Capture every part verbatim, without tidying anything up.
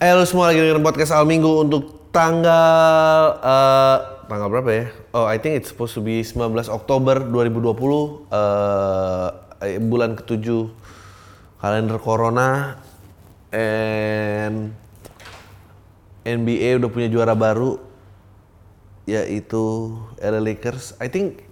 Eh lu semua lagi dengerin podcast Al Minggu untuk tanggal uh, tanggal berapa ya? Oh, I think it's supposed to be sembilan belas Oktober dua ribu dua puluh, uh, bulan ketujuh kalender Corona, and N B A udah punya juara baru yaitu L A Lakers. I think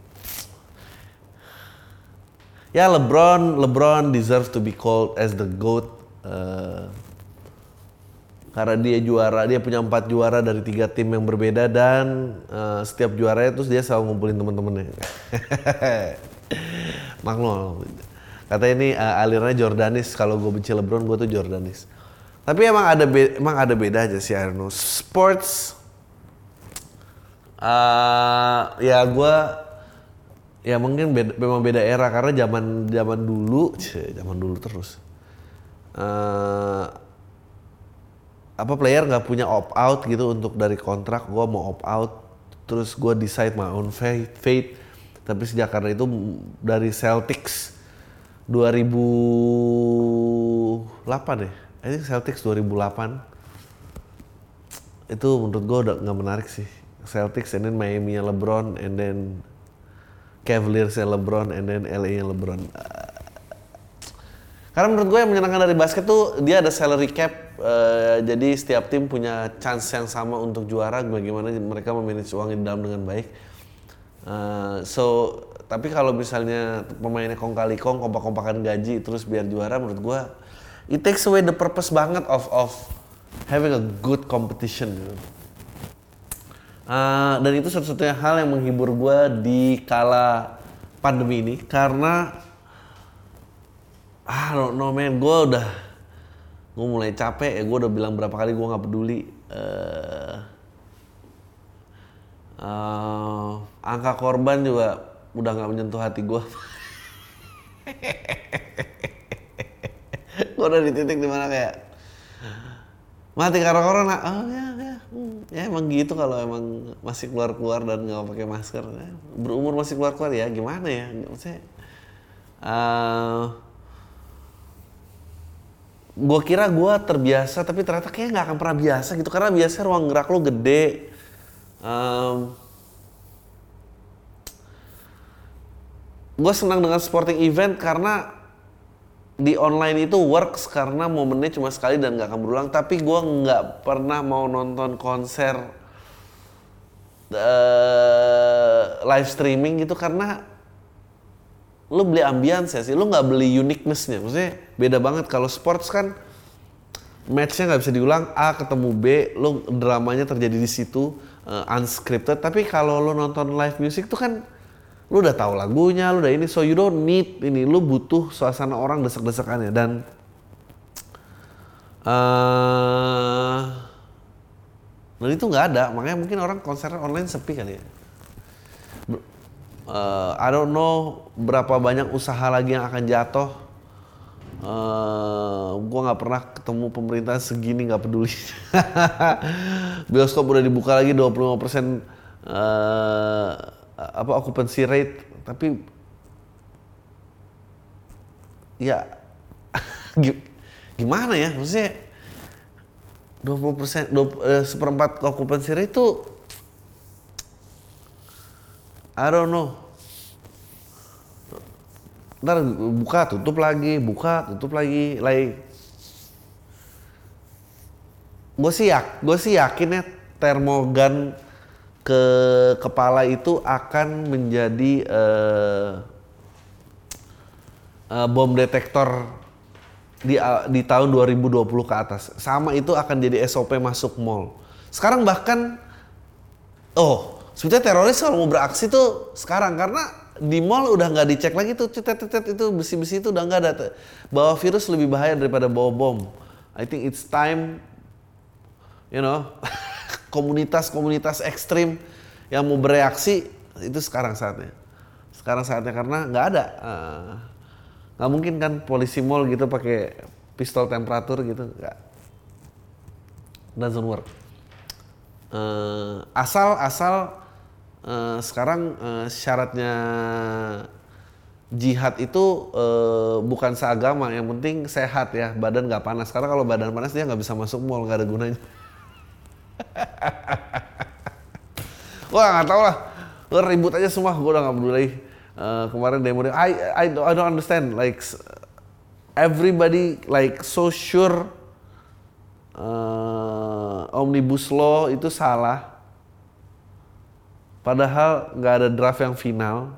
ya LeBron LeBron deserves to be called as the GOAT. Uh, Karena dia juara, dia punya empat juara dari tiga tim yang berbeda dan uh, setiap juaranya terus dia selalu ngumpulin teman-temannya. Makno. Katanya ini uh, alirannya Jordanis. Kalau gue benci LeBron, gue tuh Jordanis. Tapi emang ada be- emang ada beda aja sih, I don't know. Sports, uh, ya gue, ya mungkin beda, memang beda era karena zaman zaman dulu, zaman dulu terus. Uh, apa player nggak punya opt out gitu untuk dari kontrak, gue mau opt out terus gue decide my own fate, fate. Tapi sejak karena itu dari Celtics dua ribu delapan ya, I think Celtics dua ribu delapan itu menurut gue udah nggak menarik sih. Celtics and then Miami-nya LeBron and then Cavaliers-nya LeBron and then L A-nya LeBron. Karena menurut gue yang menyenangkan dari basket tuh dia ada salary cap, uh, jadi setiap tim punya chance yang sama untuk juara. Bagaimana mereka memanage uang di dalam dengan baik. Uh, so tapi kalau misalnya pemainnya kong kali kong, kompak-kompakan gaji terus biar juara, menurut gue it takes away the purpose banget of of having a good competition. Gitu. Uh, dan itu satu-satunya hal yang menghibur gue di kala pandemi ini karena ah no, no man, gue udah gue mulai capek ya, gue udah bilang berapa kali gue nggak peduli. Uh, uh, angka korban juga udah nggak menyentuh hati gue. Gue udah di titik dimana kayak mati karena corona. Oh ya ya, hmm, ya emang gitu kalau emang masih keluar keluar dan nggak pakai masker. Berumur masih keluar keluar ya gimana ya? Maksudnya. Uh, gue kira gue terbiasa tapi ternyata kayaknya nggak akan pernah biasa gitu karena biasanya ruang gerak lo gede. Um, gue senang dengan sporting event karena di online itu works karena momennya cuma sekali dan nggak akan berulang. Tapi gue nggak pernah mau nonton konser uh, live streaming gitu karena lu beli ambience ya sih, lu nggak beli uniqueness-nya. Maksudnya beda banget kalau sports kan match-nya nggak bisa diulang, A ketemu B, lu dramanya terjadi di situ, uh, unscripted. Tapi kalau lu nonton live music tuh kan lu udah tahu lagunya, lu udah ini, so you don't need ini, lu butuh suasana orang desek-desekannya dan uh, dan itu nggak ada, makanya mungkin orang konser online sepi kali ya. Uh, I don't know berapa banyak usaha lagi yang akan jatuh. Uh, gue nggak pernah ketemu pemerintah segini nggak peduli. Bioskop udah dibuka lagi dua puluh lima persen uh, apa occupancy rate, tapi ya gimana ya, maksudnya dua puluh persen seperempat occupancy rate itu I don't know. Ntar buka tutup lagi, buka tutup lagi, like gue sih yak, gue sih yakin ya termogan ke kepala itu akan menjadi uh, uh, bom detektor di uh, di tahun dua ribu dua puluh ke atas. Sama itu akan jadi S O P masuk mall. Sekarang bahkan, oh sebetulnya teroris kalau mau beraksi tuh sekarang karena di mall udah nggak dicek lagi tuh cetet-cetet itu besi-besi itu udah nggak ada. Bawa virus lebih bahaya daripada bawa bom. I think it's time, you know, komunitas-komunitas ekstrim yang mau bereaksi itu sekarang saatnya. Sekarang saatnya karena nggak ada, nggak uh, mungkin kan polisi mall gitu pakai pistol temperatur gitu, nggak, doesn't work. Uh, asal asal uh, sekarang uh, syaratnya jihad itu uh, bukan seagama, yang penting sehat ya, badan nggak panas. Karena kalau badan panas dia nggak bisa masuk mall, nggak ada gunanya. Wah nggak tahu lah, ribut aja semua, gue udah nggak peduli lagi. Uh, kemarin demo I, I I don't understand, like everybody like so sure uh, omnibus law itu salah, padahal nggak ada draft yang final.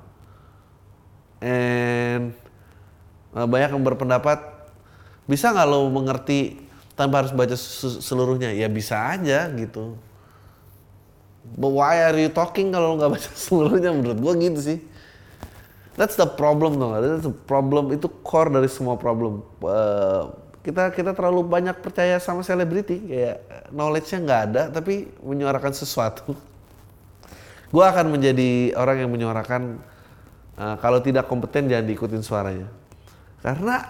And uh, banyak yang berpendapat, bisa nggak lo mengerti tanpa harus baca seluruhnya? Ya bisa aja gitu. But why are you talking kalau lo nggak baca seluruhnya? Menurut gua gitu sih. That's the problem dong. That's the problem, itu core dari semua problem. Uh, kita kita terlalu banyak percaya sama selebriti, kayak knowledge-nya nggak ada tapi menyuarakan sesuatu. Gua akan menjadi orang yang menyuarakan. Uh, kalau tidak kompeten jangan diikutin suaranya, karena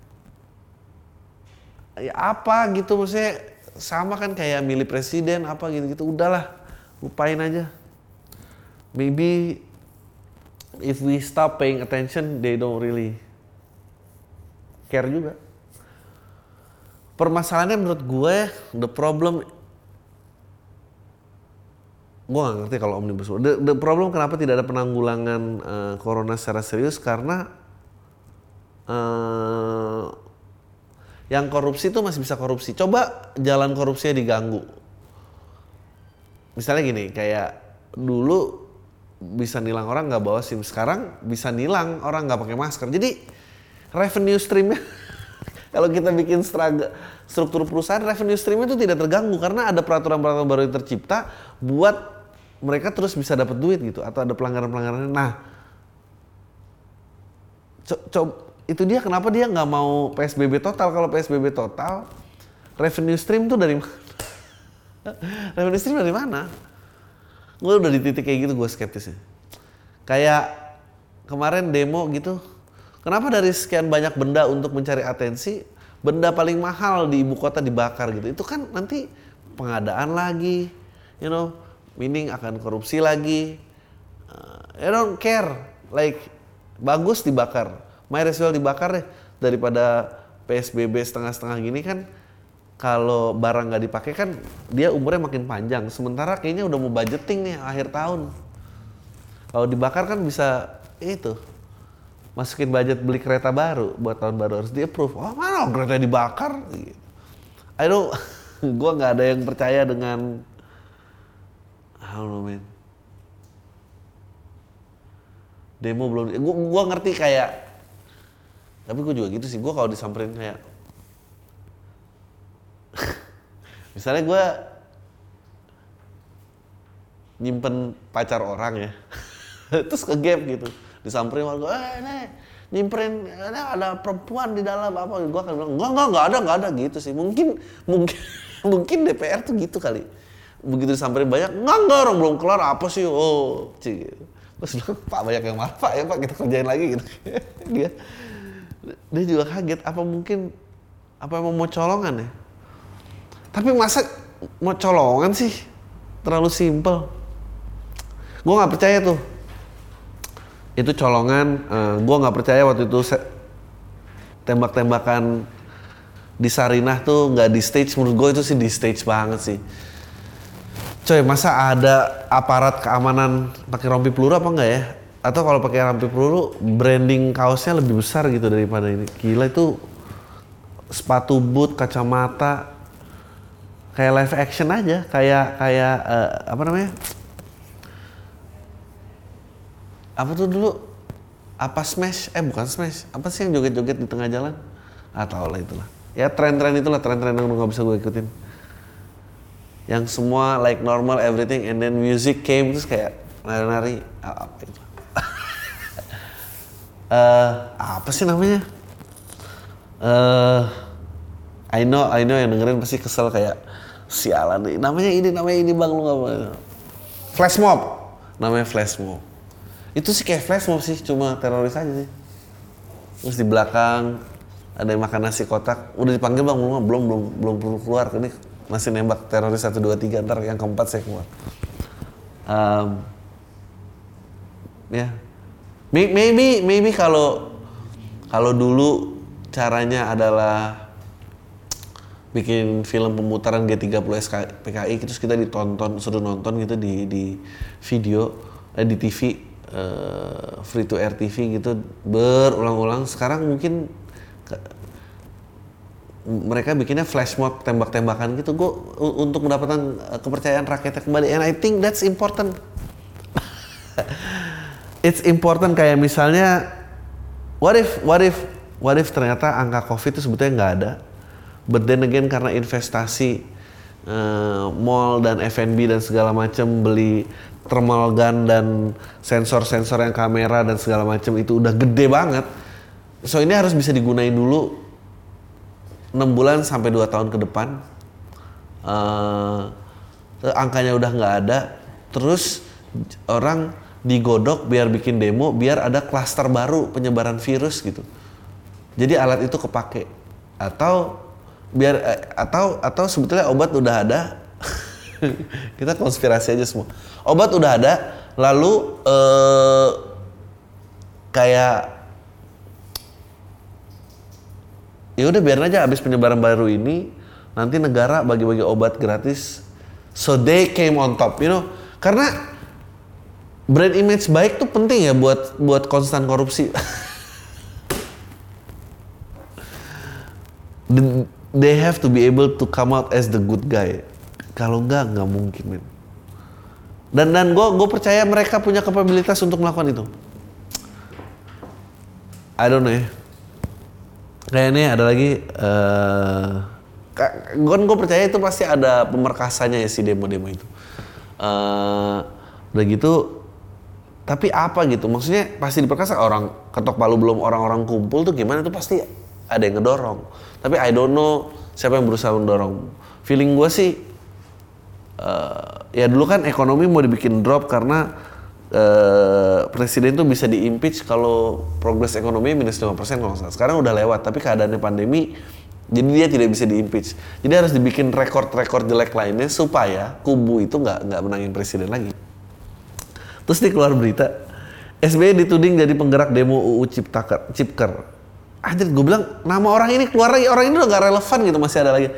ya apa gitu, maksudnya sama kan kayak milih presiden apa gitu-gitu, udahlah lupain aja. Maybe if we stop paying attention, they don't really care juga. Permasalahannya menurut gue, the problem, gue gak ngerti kalau omnibus law. The, the problem kenapa tidak ada penanggulangan uh, corona secara serius, karena uh, yang korupsi itu masih bisa korupsi. Coba jalan korupsinya diganggu. Misalnya gini, kayak dulu bisa nilang orang nggak bawa SIM, sekarang bisa nilang orang nggak pakai masker. Jadi revenue streamnya, kalau kita bikin struktur perusahaan, revenue streamnya itu tidak terganggu karena ada peraturan-peraturan baru yang tercipta buat mereka terus bisa dapat duit gitu, atau ada pelanggaran-pelanggaran. Nah, co- co- itu dia kenapa dia nggak mau P S B B total. Kalau P S B B total, revenue stream tuh dari mana? revenue stream dari mana? Gue udah di titik kayak gitu, gue skeptisnya. Kayak kemarin demo gitu, kenapa dari sekian banyak benda untuk mencari atensi, benda paling mahal di ibu kota dibakar gitu? Itu kan nanti pengadaan lagi, you know, meaning akan korupsi lagi. Uh, I don't care, like bagus dibakar, might as well dibakar deh daripada P S B B setengah-setengah gini kan. Kalau barang nggak dipakai kan dia umurnya makin panjang. Sementara kayaknya udah mau budgeting nih akhir tahun. Kalau dibakar kan bisa itu masukin budget beli kereta baru buat tahun baru, harus di approve. Oh mana kereta dibakar? I don't, gue nggak ada yang percaya dengan, I don't know man. Demo belum, gue gue ngerti kayak, tapi gue juga gitu sih. Gue kalau disamperin kayak, misalnya gue nyimpen pacar orang ya, terus ke gap gitu, disamperin malah gue, eh nih nyimperin, ada perempuan di dalam apa, gue akan bilang, enggak enggak enggak ada enggak ada gitu sih. Mungkin mungkin mungkin D P R tuh gitu kali, begitu disamperin banyak, enggak enggak orang belum kelar apa sih, oh cik. Terus bilang, Pak banyak yang marah Pak ya Pak, kita kerjain lagi gitu. dia dia juga kaget, apa mungkin apa emang mau colongan ya? Tapi masa mau colongan sih, terlalu simpel. Gue nggak percaya tuh. Itu colongan. Uh, gue nggak percaya waktu itu se- tembak-tembakan di Sarinah tuh nggak di stage. Menurut gue itu sih di stage banget sih. Coy, masa ada aparat keamanan pakai rompi peluru apa enggak ya? Atau kalau pakai rompi peluru, branding kaosnya lebih besar gitu daripada ini. Gila itu, sepatu boot, kacamata. Kayak live action aja, kayak kayak uh, apa namanya? Apa tuh dulu? Apa Smash? Eh bukan Smash. Apa sih yang joget-joget di tengah jalan? Ah tau lah itulah. Ya tren-tren itulah, tren-tren yang nggak bisa gue ikutin. Yang semua like normal everything, and then music came terus kayak nari-nari apa itu? uh, apa sih namanya? Uh, I know, I know yang dengerin pasti kesel kayak sialan nih, namanya ini, namanya ini bang, lu gak mau. Flash mob, namanya flash mob. Itu sih kayak flash mob sih, cuma teroris aja sih. Terus di belakang ada yang makan nasi kotak, udah dipanggil bang, belum belum belum belum perlu keluar, ini masih nembak teroris satu dua tiga, ntar yang keempat saya keluar. Um, ya, maybe maybe kalau kalau dulu caranya adalah bikin film pemutaran G tiga puluh S P K I terus kita ditonton, suruh nonton gitu di di video eh, di T V uh, free to air T V gitu berulang-ulang. Sekarang mungkin ke, mereka bikinnya flash mob tembak-tembakan gitu. Gue untuk mendapatkan kepercayaan rakyatnya kembali, and I think that's important. It's important. Kayak misalnya what if what if what if ternyata angka COVID itu sebetulnya nggak ada, but then again karena investasi uh, mall dan F and B dan segala macam, beli thermal gun dan sensor-sensor yang kamera dan segala macam itu udah gede banget. So ini harus bisa digunain dulu enam bulan sampai dua tahun ke depan. Uh, angkanya udah nggak ada, terus orang digodok biar bikin demo, biar ada klaster baru penyebaran virus gitu. Jadi alat itu kepake, atau biar eh, atau atau sebetulnya obat udah ada. Kita konspirasi aja semua. Obat udah ada, lalu eh, kayak ya udah biarin aja abis penyebaran baru ini, nanti negara bagi-bagi obat gratis. So they came on top, you know, karena brand image baik tuh penting ya buat buat konstan korupsi. They have to be able to come out as the good guy. Kalau enggak, enggak mungkin, men. Dan dan gue gue percaya mereka punya kapabilitas untuk melakukan itu. I don't know ya. Kayaknya ada lagi. Uh, gue gue percaya itu pasti ada pemerkasannya ya si demo-demo itu. Uh, udah gitu. Tapi apa gitu? Maksudnya pasti diperkasa, orang ketok palu belum orang-orang kumpul tuh gimana, tuh pasti ada yang ngedorong. Tapi I don't know siapa yang berusaha mendorong. Feeling gue sih uh, ya dulu kan ekonomi mau dibikin drop karena uh, presiden tuh bisa di-impeach kalau progres ekonomi minus lima persen kalau nggak salah. Sekarang udah lewat, tapi keadaannya pandemi jadi dia tidak bisa di-impeach. Jadi harus dibikin rekor-rekor jelek lainnya supaya kubu itu nggak nggak menangin presiden lagi. Terus dia keluar berita, S B Y dituding jadi penggerak demo U U Ciptaker, Cipker. Anjir, gue bilang nama orang ini keluar lagi, orang ini udah gak relevan gitu, masih ada lagi.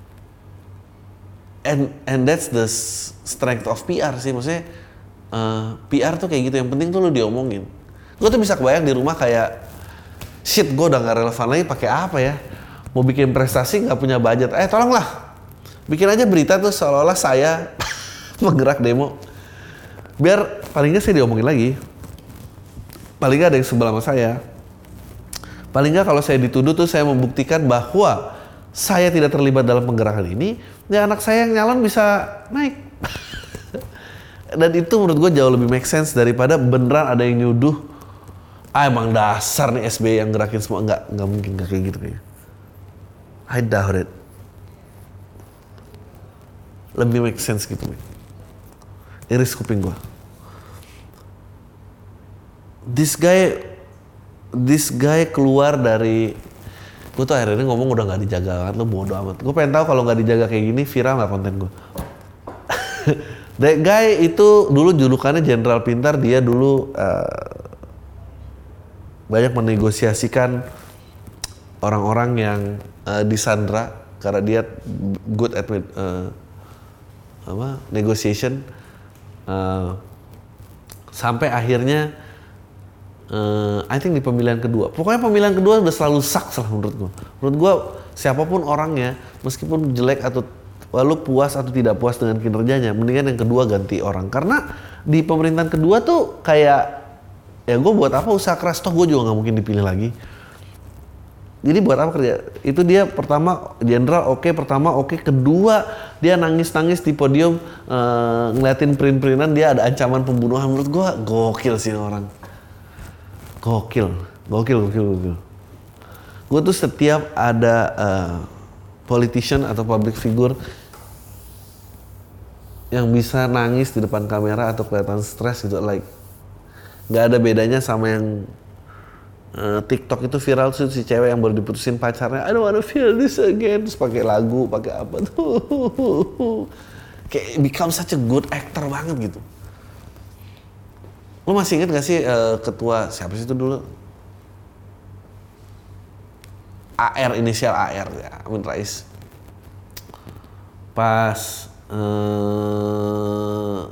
And and that's the strength of P R sih, maksudnya uh, P R tuh kayak gitu, yang penting tuh lu diomongin. Gue tuh bisa kebayang di rumah kayak, shit gue udah gak relevan lagi, pakai apa ya? Mau bikin prestasi gak punya budget, eh tolonglah, bikin aja berita tuh seolah-olah saya penggerak demo. Biar paling nggak saya diomongin lagi, paling nggak ada yang sebelah sama saya, paling nggak kalau saya dituduh tuh saya membuktikan bahwa saya tidak terlibat dalam penggerakan ini, ya anak saya yang nyalon bisa naik. Dan itu menurut gue jauh lebih make sense daripada beneran ada yang nyuduh, ah emang dasar nih S B Y yang gerakin semua. Nggak, nggak mungkin, nggak kayak gitu kayaknya. I doubt it. Lebih make sense gitu nih. Iris kuping gue. This guy, this guy keluar dari, gue tuh akhirnya ngomong udah nggak dijaga banget, lo bodo amat. Gue pengen tahu kalau nggak dijaga kayak gini viral nggak konten gue. That guy itu dulu julukannya Jenderal Pintar, dia dulu uh, banyak menegosiasikan orang-orang yang uh, disandra karena dia good at uh, apa negotiation. Uh, sampai akhirnya uh, I think di pemilihan kedua, pokoknya pemilihan kedua udah selalu sucks lah menurut gue. Menurut gue siapapun orangnya, meskipun jelek atau lalu puas atau tidak puas dengan kinerjanya, mendingan yang kedua ganti orang. Karena di pemerintahan kedua tuh kayak ya gue buat apa usaha keras, toh gue juga nggak mungkin dipilih lagi. Jadi buat apa kerja? Itu dia pertama jenderal oke, okay, pertama oke, okay, kedua dia nangis-nangis di podium uh, ngeliatin print-printan dia ada ancaman pembunuhan. Menurut gua gokil sih orang. Gokil, gokil, gokil, gokil. Gua tuh setiap ada uh, politician atau public figure yang bisa nangis di depan kamera atau kelihatan stres gitu, like nggak ada bedanya sama yang Uh, TikTok itu viral tuh si cewek yang baru diputusin pacarnya, I don't wanna feel this again, terus pakai lagu, pakai apa tuh, kayak become such a good actor banget gitu. Lu masih inget gak sih uh, ketua siapa sih itu dulu? A R, inisial A R ya, Amin Rais. Pas uh,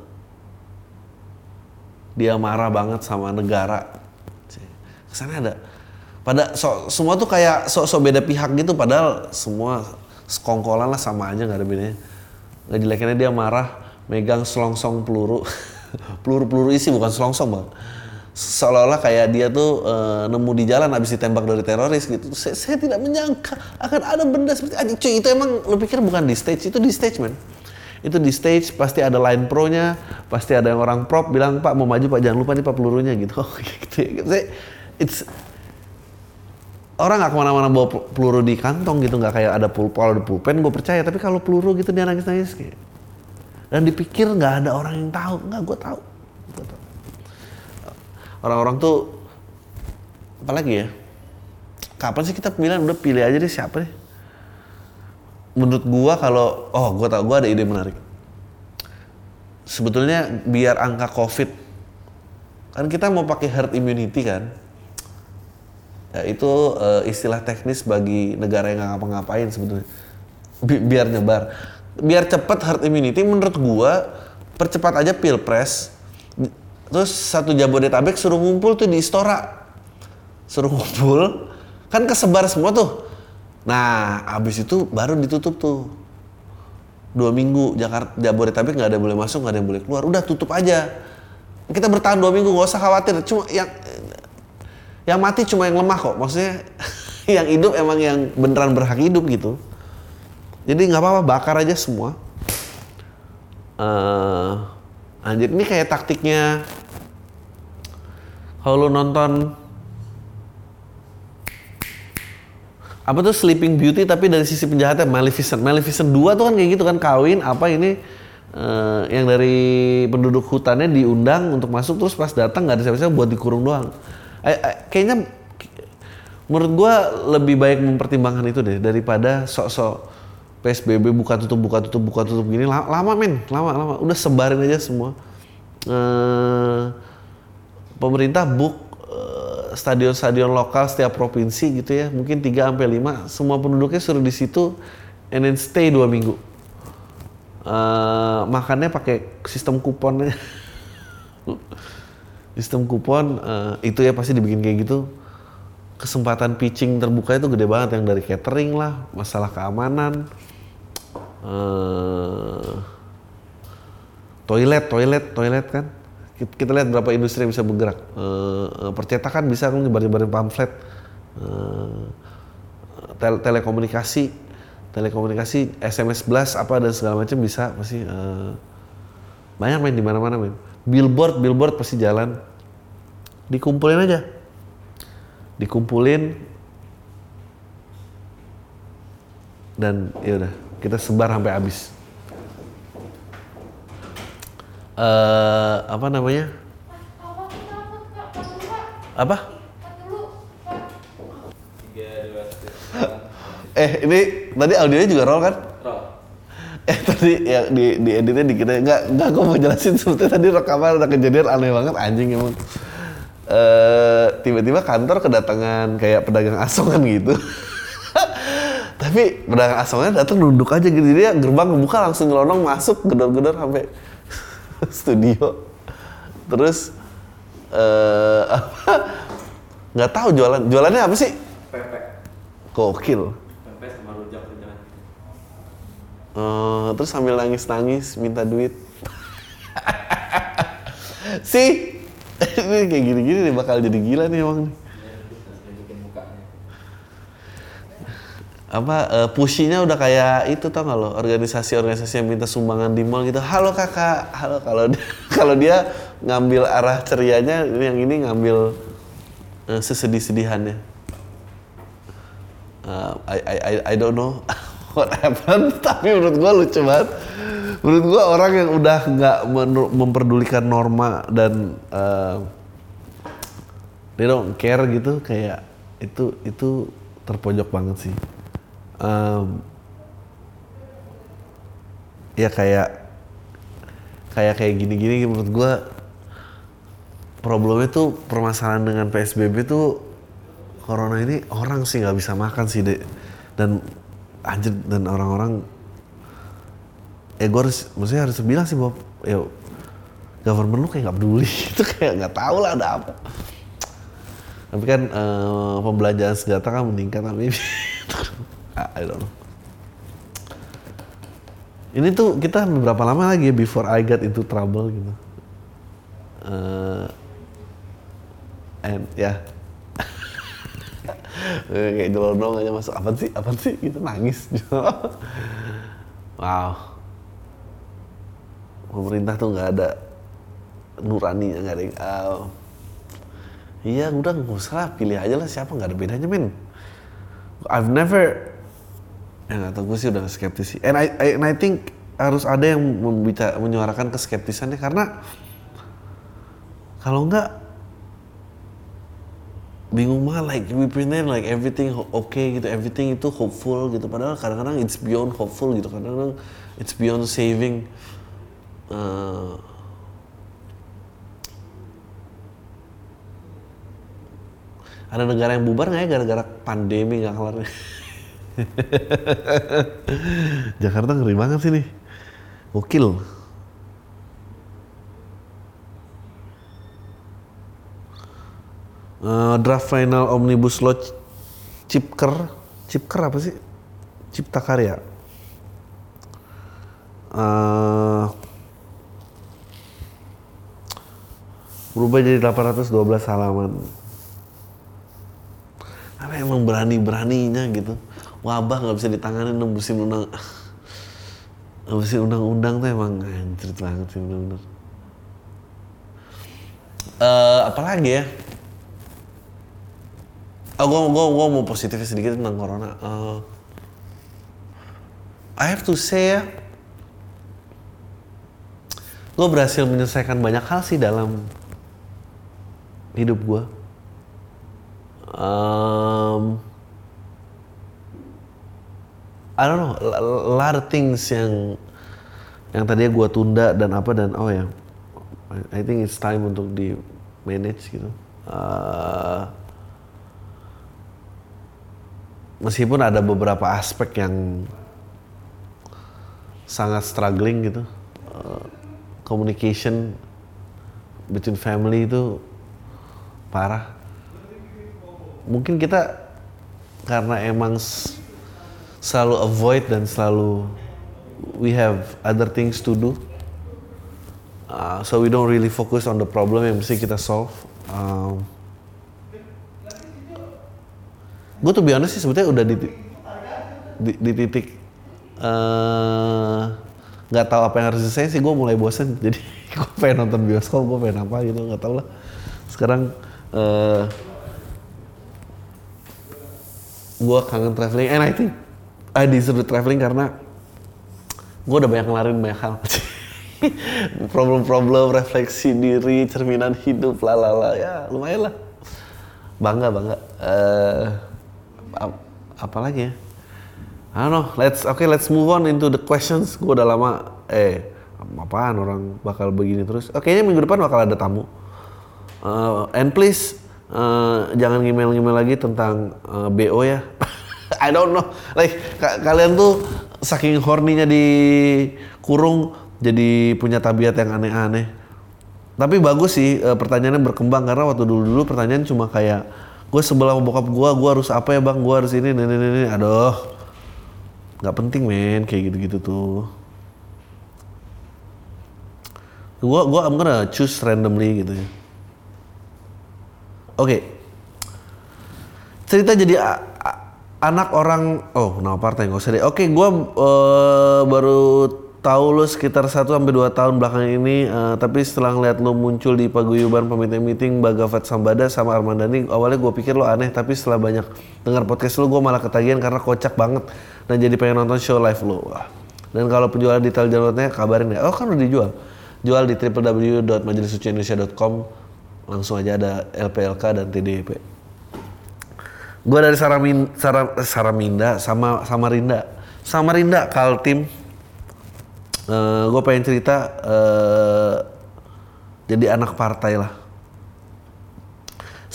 dia marah banget sama negara. Kesannya ada. Pada so, semua tuh kayak sok-sok beda pihak gitu, padahal semua sekongkolan lah, sama aja, nggak ada bedanya. Nggak jelekinnya dia marah, megang selongsong peluru. Peluru-peluru isi, bukan selongsong bang. Seolah-olah kayak dia tuh e, nemu di jalan habis ditembak dari teroris gitu. Saya, saya tidak menyangka akan ada benda seperti itu. Cuy, itu emang lo pikir bukan di stage, itu di stage man. Itu di stage, pasti ada line pro-nya, pasti ada yang orang prop bilang, Pak mau maju Pak, jangan lupa nih Pak pelurunya gitu. Oh, gitu ya. It's, orang nggak kemana-mana bawa peluru di kantong gitu, nggak kayak ada pul, kalau ada pulpen gue percaya, tapi kalau peluru gitu dia nangis-nangis kayak. Dan dipikir nggak ada orang yang tahu, nggak, gue tahu. Gue tahu. Orang-orang tuh, apalagi ya, kapan sih kita pemilihan, udah pilih aja deh siapa nih. Menurut gue kalau, oh gue tau, gue ada ide menarik. Sebetulnya biar angka COVID, kan kita mau pakai herd immunity kan, ya, itu uh, istilah teknis bagi negara yang nggak ngapa-ngapain sebetulnya. Bi- biar nyebar. Biar cepet herd immunity, menurut gua percepat aja pilpres, terus satu Jabodetabek suruh ngumpul tuh di Istora, suruh ngumpul, kan kesebar semua tuh. Nah, abis itu baru ditutup tuh dua minggu. Jakarta, Jabodetabek nggak ada yang boleh masuk, nggak ada yang boleh keluar. Udah tutup aja. Kita bertahan dua minggu, nggak usah khawatir. Cuma yang yang mati cuma yang lemah kok. Maksudnya yang hidup emang yang beneran berhak hidup gitu. Jadi nggak apa-apa, bakar aja semua. Uh, anjir, ini kayak taktiknya kalau lu nonton apa tuh Sleeping Beauty tapi dari sisi penjahatnya, Maleficent. Maleficent dua tuh kan kayak gitu kan, kawin apa ini uh, yang dari penduduk hutannya diundang untuk masuk, terus pas datang nggak ada siapa-siapa, buat dikurung doang. I, I, kayaknya menurut gua lebih baik mempertimbangkan itu deh daripada sok-sok P S B B buka tutup buka tutup buka tutup gini lama, lama men lama lama udah sebarin aja semua. Uh, pemerintah book uh, stadion-stadion lokal setiap provinsi gitu ya, mungkin tiga sampai lima, semua penduduknya suruh di situ and then stay dua minggu. Uh, makannya pakai sistem kuponnya. Sistem kupon uh, itu ya pasti dibikin kayak gitu. Kesempatan pitching terbuka itu gede banget, yang dari catering lah, masalah keamanan, uh, toilet, toilet, toilet kan. Kita lihat berapa industri yang bisa bergerak. Uh, percetakan bisa kan nyebar-nyebarin pamflet, uh, tel- telekomunikasi, telekomunikasi, S M S blast apa dan segala macam bisa pasti. Uh, banyak main di mana-mana main. Billboard, billboard pasti jalan. Dikumpulin aja. Dikumpulin dan ya udah kita sebar sampai habis. Uh, apa namanya? Apa? eh ini tadi audionya juga roll kan? Roll. Eh tadi ya di di editnya dikit nggak nggak gue mau jelasin sebetulnya tadi rekaman ada kejadian aneh banget anjing emang. Uh, tiba-tiba kantor kedatangan kayak pedagang asongan gitu. Tapi pedagang asongan datang duduk aja gitu, dia gerbang kebuka langsung nyelonong masuk gedor-gedor sampai studio. Terus uh, apa? Nggak tahu jualan jualannya apa sih? Pempek. Gokil. Pempek sama rujak-rujakan. Uh, terus sambil nangis-nangis minta duit. Sih. Ini kayak gini-gini nih bakal jadi gila nih emang nih. Apa uh, pushinya udah kayak itu tau gak lo, organisasi-organisasi yang minta sumbangan di mall gitu. Halo kakak, halo, kalau dia, kalau dia ngambil arah cerianya, ini yang ini ngambil uh, sesedih-sedihannya. Uh, I, I I I don't know what happened, tapi menurut gua lucu banget. Menurut gua orang yang udah nggak memperdulikan norma dan uh, they don't care gitu, kayak itu itu terpojok banget sih. Um, ya kayak kayak kayak gini-gini menurut gua problemnya tuh permasalahan dengan P S B B tuh corona ini orang sih nggak bisa makan sih dek, dan anjir dan orang-orang eh gue harus maksudnya harus bilang sih bahwa ya government lu kayak nggak peduli itu kayak nggak tahu lah ada apa. Tapi kan uh, pembelanjaan senjata kan meningkat tapi I don't know. Ini tuh kita beberapa lama lagi ya before I got into trouble gitu. Uh, and ya. Yeah. Kayak jelondong aja masuk apa sih? Apa sih? Gitu nangis. Wow. Pemerintah tuh nggak ada nuraninya, nggak ada yang, uh, iya udah nggak usah lah, pilih aja lah siapa, nggak ada bedanya men. I've never, ya nggak tahu, gue sih udah skeptis sih. And I, I, and I think harus ada yang membicara, menyuarakan keskeptisannya karena kalau nggak bingung mah like we pretend like everything okay gitu, everything itu hopeful gitu. Padahal kadang-kadang it's beyond hopeful gitu, kadang-kadang it's beyond saving. Uh, ada negara yang bubar nggak ya gara-gara pandemi nggak kelar? Jakarta ngeri banget sih nih, gokil. Uh, draft final omnibus law Cipker, Cipker apa sih? Cipta Karya. Uh, berubah jadi delapan ratus dua belas halaman. Karena emang berani-beraninya gitu. Wabah nggak bisa ditangani nembusin undang, nembusin undang-undang tuh emang anjir banget sih bener-bener. Uh, apalagi ya? Oh, gue gue gue mau positif sedikit tentang corona. Uh, I have to say ya, gue berhasil menyelesaikan banyak hal sih dalam hidup gue. Um, I don't know, a lot of things yang yang tadinya gue tunda dan apa dan oh ya, I think it's time untuk di manage gitu. Uh, meskipun ada beberapa aspek yang sangat struggling gitu, uh, communication between family itu parah. Mungkin kita karena emang s- selalu avoid dan selalu we have other things to do, uh, so we don't really focus on the problem yang mesti kita solve. Um, gue tuh be honest sih sebetulnya udah di, di, di titik nggak uh, tahu apa yang harus diselesain sih, gue mulai bosen. Jadi gue pengen nonton bioskop, gue pengen apa gitu, nggak tahu lah. Sekarang uh, gue kangen traveling, and I think I deserve traveling karena gue udah banyak ngelarin banyak hal. Problem-problem, refleksi diri, cerminan hidup, lalala, ya lumayan lah. Bangga, bangga. Uh, ap- apa lagi ya? I don't know, let's, okay let's move on into the questions. Gue udah lama, eh apaan orang bakal begini terus. Oke, kayaknya minggu depan bakal ada tamu. Uh, and please, Uh, jangan ngemail-ngemail lagi tentang uh, B O ya. I don't know. Like ka- kalian tuh saking horny-nya dikurung jadi punya tabiat yang aneh-aneh. Tapi bagus sih uh, pertanyaannya berkembang karena waktu dulu-dulu pertanyaan cuma kayak gue sebelah sama bokap gue, gue harus apa ya bang, gue harus ini, ini, ini, ini. Aduh, nggak penting men kayak gitu-gitu tuh. Gue gue I'm gonna choose randomly gitu ya. Oke, okay. Cerita jadi a- a- anak orang, oh nama partai nggak usah deh. Oke, okay, gue uh, baru tahu lu sekitar satu sampai dua tahun belakang ini, uh, tapi setelah ngeliat lu muncul di paguyuban pemimpin meeting Bagavat Sambada sama Armandani, awalnya gue pikir lu aneh, tapi setelah banyak dengar podcast lu, gue malah ketagihan karena kocak banget dan jadi pengen nonton show live lu. Wah. Dan kalau penjualan detail downloadnya kabarin ya. Oh kan udah dijual, jual di w w w dot majelis suci indonesia dot com. Langsung aja ada L P L K dan T D P. Gue dari Saramin, Sara, Saraminda sama Samarinda. Samarinda Kaltim. Uh, gue pengen cerita uh, jadi anak partai lah.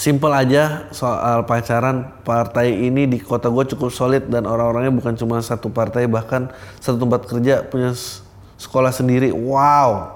Simple aja soal pacaran, partai ini di kota gue cukup solid dan orang-orangnya bukan cuma satu partai, bahkan satu tempat kerja punya sekolah sendiri. Wow.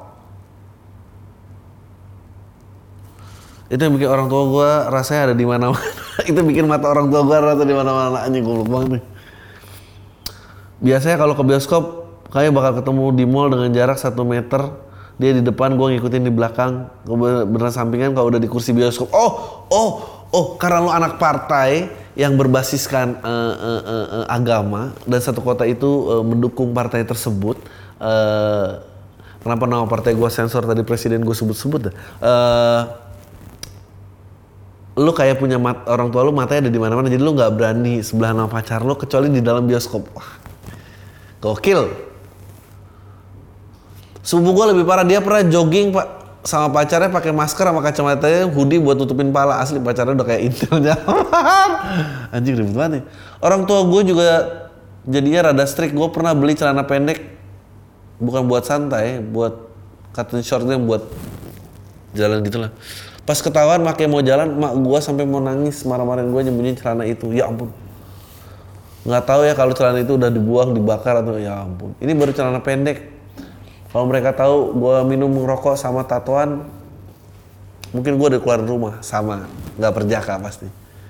Itu yang bikin orang tua gue rasanya ada di mana-mana. Itu bikin mata orang tua gue rasa di mana-mana, anjing goblok banget nih. Biasanya kalau ke bioskop kayak bakal ketemu di mall dengan jarak satu meter. Dia di depan, gue ngikutin di belakang, gue beneran sampingan kalau udah di kursi bioskop. Oh, oh, oh, karena lo anak partai yang berbasiskan uh, uh, uh, uh, agama dan satu kota itu uh, mendukung partai tersebut. Uh, kenapa nama partai gue sensor tadi presiden gue sebut-sebut? Uh, lu kayak punya mat, orang tua lu matanya ada di mana-mana, jadi lu nggak berani sebelah sama pacar lu kecuali di dalam bioskop. Wah, gokil. Sepupu gue lebih parah, dia pernah jogging pak sama pacarnya pakai masker sama kacamatanya hoodie buat tutupin pala. Asli pacarnya udah kayak intelnya. Anjing ribet banget nih. Orang tua gue juga jadinya rada strict. Gue pernah beli celana pendek bukan buat santai, buat cotton shortnya buat jalan gitulah. Pas ketahuan pakai mau jalan, mak gue sampai mau nangis marah-marahin gue nyembunyiin celana itu. Ya ampun. Nggak tahu ya kalau celana itu udah dibuang, dibakar atau ya ampun. Ini baru celana pendek. Kalau mereka tahu gue minum ngerokok sama tatoan, mungkin gue udah keluar rumah sama, nggak perjaka pasti.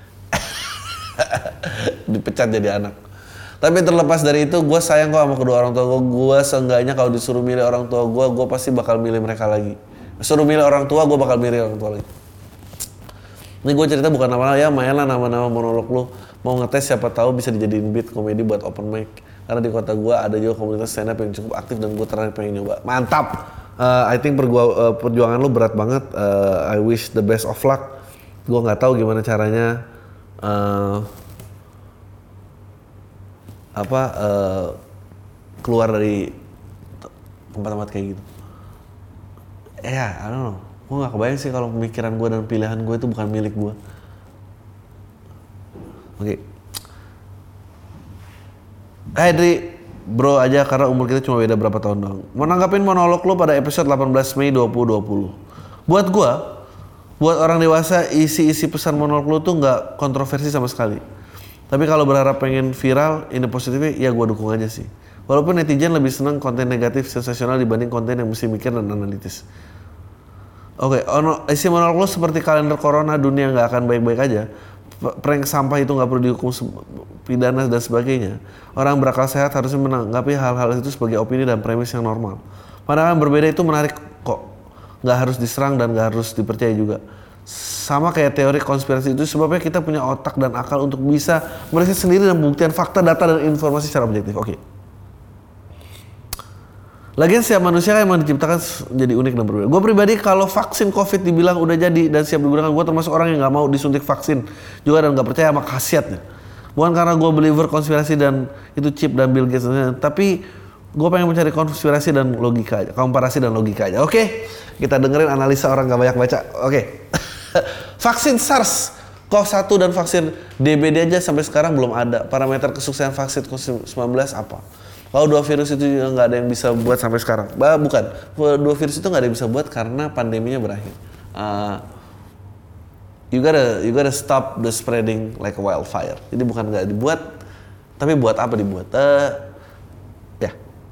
Dipecat jadi anak. Tapi terlepas dari itu, gue sayang kok sama kedua orang tua gue. Gue seenggaknya kalau disuruh milih orang tua gue, gue pasti bakal milih mereka lagi. Suruh milih orang tua, gue bakal milih orang tua lagi. Ini gue cerita bukan nama-nama ya, main lah nama-nama monolog lu. Mau ngetes siapa tahu bisa dijadiin beat komedi buat open mic. Karena di kota gue ada juga komunitas stand up yang cukup aktif dan gue terakhir pengen nyoba. Mantap! Uh, I think pergua, uh, perjuangan lu berat banget. Uh, I wish the best of luck. Gue nggak tahu gimana caranya uh, apa uh, keluar dari tempat-tempat kayak gitu. Ya, yeah, I don't know. Gue nggak kebayang sih kalau pemikiran gue dan pilihan gue itu bukan milik gue. Oke. Okay. Hai Dri, bro aja karena umur kita cuma beda berapa tahun doang. Mau nanggapin monolog lo pada episode delapan belas Mei dua ribu dua puluh. Buat gua, buat orang dewasa isi-isi pesan monolog lo tuh nggak kontroversi sama sekali. Tapi kalau berharap pengen viral, ini positifnya, ya gua dukung aja sih. Walaupun netizen lebih senang konten negatif sensasional dibanding konten yang mesti mikir dan analitis. Oke, okay, isi monolog lo seperti kalender corona, dunia nggak akan baik-baik aja. Prank sampah itu nggak perlu dihukum pidana dan sebagainya. Orang berakal sehat harusnya menanggapi hal-hal itu sebagai opini dan premis yang normal. Pandangan berbeda itu menarik kok. Nggak harus diserang dan nggak harus dipercaya juga. Sama kayak teori konspirasi itu sebabnya kita punya otak dan akal untuk bisa meriset sendiri dan membuktikan fakta, data, dan informasi secara objektif. Oke. Okay. Lagian setiap manusia emang diciptakan jadi unik dan berbeda. Gue pribadi kalau vaksin COVID dibilang udah jadi dan siap digunakan, gue termasuk orang yang nggak mau disuntik vaksin juga dan nggak percaya sama khasiatnya. Bukan karena gue believer konspirasi dan itu chip dan Bill Gates, tapi gue pengen mencari konspirasi dan logika aja, komparasi dan logika aja. Oke, okay? Kita dengerin analisa orang nggak banyak baca. Oke, okay. Vaksin SARS, C o V satu dan vaksin D B D aja sampai sekarang belum ada. Parameter kesuksesan vaksin covid sembilan belas apa? Kalau dua virus itu juga nggak ada yang bisa buat sampai sekarang. Bah, bukan, dua virus itu nggak ada yang bisa buat karena pandeminya berakhir. Uh, you gotta, you gotta stop the spreading like a wildfire. Jadi bukan nggak dibuat, tapi buat apa dibuat? Uh, ya,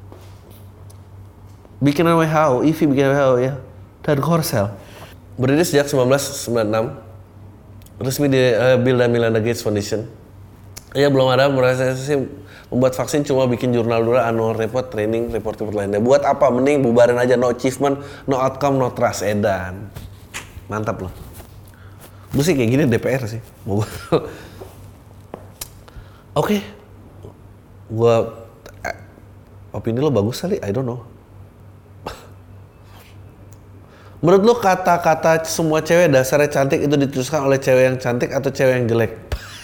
bikinan W H O, I V I bikinan W H O ya, dan Korsel. Berdiri sejak seribu sembilan ratus sembilan puluh enam, resmi di uh, Bill dan Melinda Gates Foundation. Ya belum ada merasa sih. Membuat vaksin cuma bikin jurnal dulu, annual report, training, report-report lainnya. Buat apa? Mending bubarin aja, no achievement, no outcome, no trust, edan. Mantap loh. Gue sih kayak gini D P R sih. Oke. Okay. Gue, eh, opini lo bagus kali, I don't know. Menurut lo kata-kata semua cewek dasarnya cantik itu dituliskan oleh cewek yang cantik atau cewek yang jelek?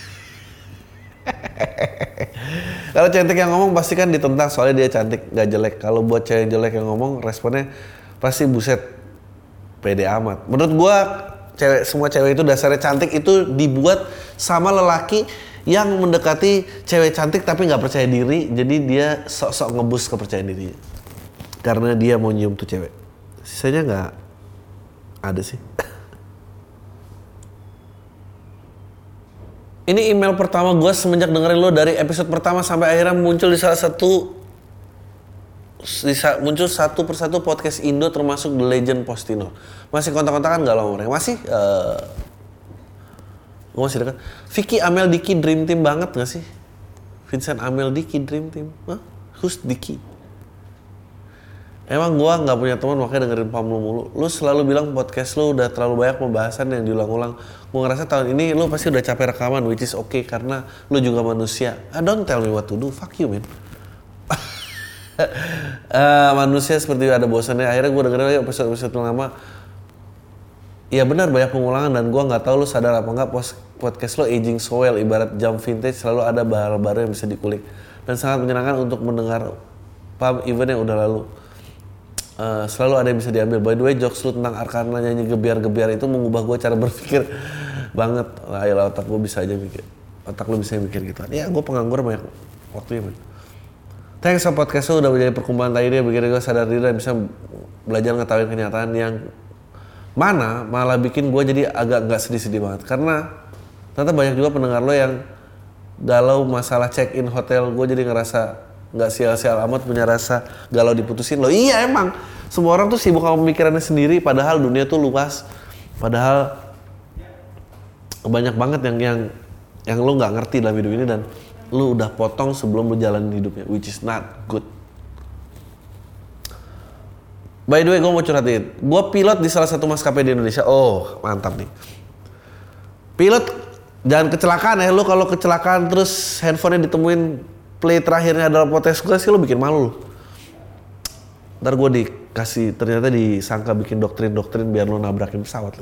Kalau cantik yang ngomong pasti kan ditentang soalnya dia cantik, gak jelek. Kalau buat cewek yang jelek yang ngomong, responnya pasti buset, pede amat. Menurut gua, cewek, semua cewek itu dasarnya cantik itu dibuat sama lelaki yang mendekati cewek cantik tapi gak percaya diri. Jadi dia sok-sok ngebus kepercayaan dirinya. Karena dia mau nyium tuh cewek. Sisanya gak ada sih. Ini email pertama gue semenjak dengerin lo dari episode pertama sampai akhirnya muncul di salah satu di sa- muncul satu persatu podcast Indo termasuk The Legend Postino. Masih kontak-kontakan gak lama mereka? Masih uh, gue masih dekat. Vicky Amel Diki Dream Team banget gak sih? Vincent Amel Diki Dream Team? Hah? Who's Diki? Emang gue gak punya teman makanya dengerin Pam lu mulu. Lu selalu bilang podcast lu udah terlalu banyak pembahasan yang diulang-ulang. Gue ngerasa tahun ini lu pasti udah capek rekaman, which is okay karena lu juga manusia. Ah, don't tell me what to do, fuck you man. uh, manusia seperti ada bosannya. Akhirnya gue dengerin lagi episode-episode lama. Iya benar banyak pengulangan dan gue nggak tahu lu sadar apa nggak podcast lo aging so well, ibarat jam vintage selalu ada hal baru yang bisa dikulik dan sangat menyenangkan untuk mendengar Pam event yang udah lalu. Uh, selalu ada yang bisa diambil. By the way, jokes lu tentang Arkana nyanyi gebiar-gebiar itu mengubah gue cara berpikir banget. Lah ya otak gue bisa aja mikir. Otak lu bisa mikir gitu. Ya gue penganggur banyak waktunya man. Thanks for podcast lu udah menjadi perkumpulan tadi dia bikin gue sadar diri dan bisa belajar ngetawain kenyataan yang mana malah bikin gue jadi agak nggak sedih-sedih banget. Karena ternyata banyak juga pendengar lo yang galau masalah check-in hotel. Gue jadi ngerasa nggak sial-sial amat punya rasa galau diputusin lo. Iya emang semua orang tuh sibuk sama pemikirannya sendiri padahal dunia tuh luas, padahal banyak banget yang yang yang lo nggak ngerti dalam hidup ini dan lo udah potong sebelum lo jalanin hidupnya, which is not good. By the way, gue mau curhatin, gue pilot di salah satu maskapai di Indonesia. Oh mantap nih, pilot jangan kecelakaan ya. Lo kalau kecelakaan terus handphonenya ditemuin play terakhirnya adalah podcast gue sih lo bikin malu lo. Ntar gue dikasih, ternyata disangka bikin doktrin-doktrin biar lo nabrakin pesawat lo.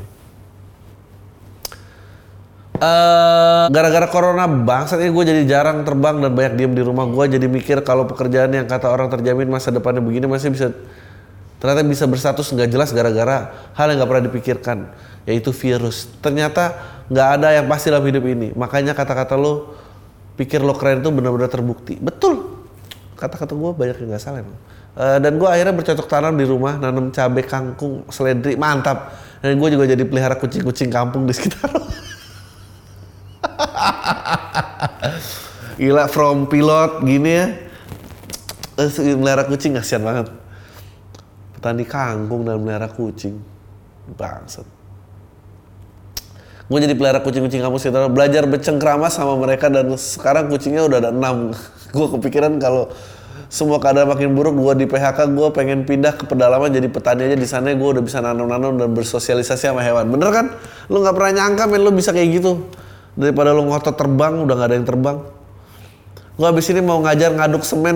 Uh, gara-gara corona bangsat ini gue jadi jarang terbang dan banyak diem di rumah. Gue jadi mikir kalau pekerjaan yang kata orang terjamin masa depannya begini masih bisa, ternyata bisa berstatus nggak jelas gara-gara hal yang nggak pernah dipikirkan, yaitu virus. Ternyata nggak ada yang pasti dalam hidup ini. Makanya kata-kata lo pikir lo keren tuh benar-benar terbukti. Betul. Kata-kata gue banyak yang gak salah emang. Uh, dan gue akhirnya bercocok tanam di rumah, nanam cabai, kangkung, seledri, mantap. Dan gue juga jadi pelihara kucing-kucing kampung di sekitar. Gila, from pilot gini ya. Uh, melihara kucing kasihan banget. Petani kangkung dan melihara kucing. Bangsat. Gue jadi pelihara kucing-kucing kampung sekitar, belajar bercengkrama sama mereka dan sekarang kucingnya udah ada enam. Gue kepikiran kalau semua keadaan makin buruk, gue di P H K, gue pengen pindah ke pedalaman jadi petani aja di sana. Gue udah bisa nanam-nanam dan bersosialisasi sama hewan. Bener kan? Lu nggak pernah nyangka men lu bisa kayak gitu. Daripada lu ngotot terbang, udah nggak ada yang terbang. Gue abis ini mau ngajar ngaduk semen.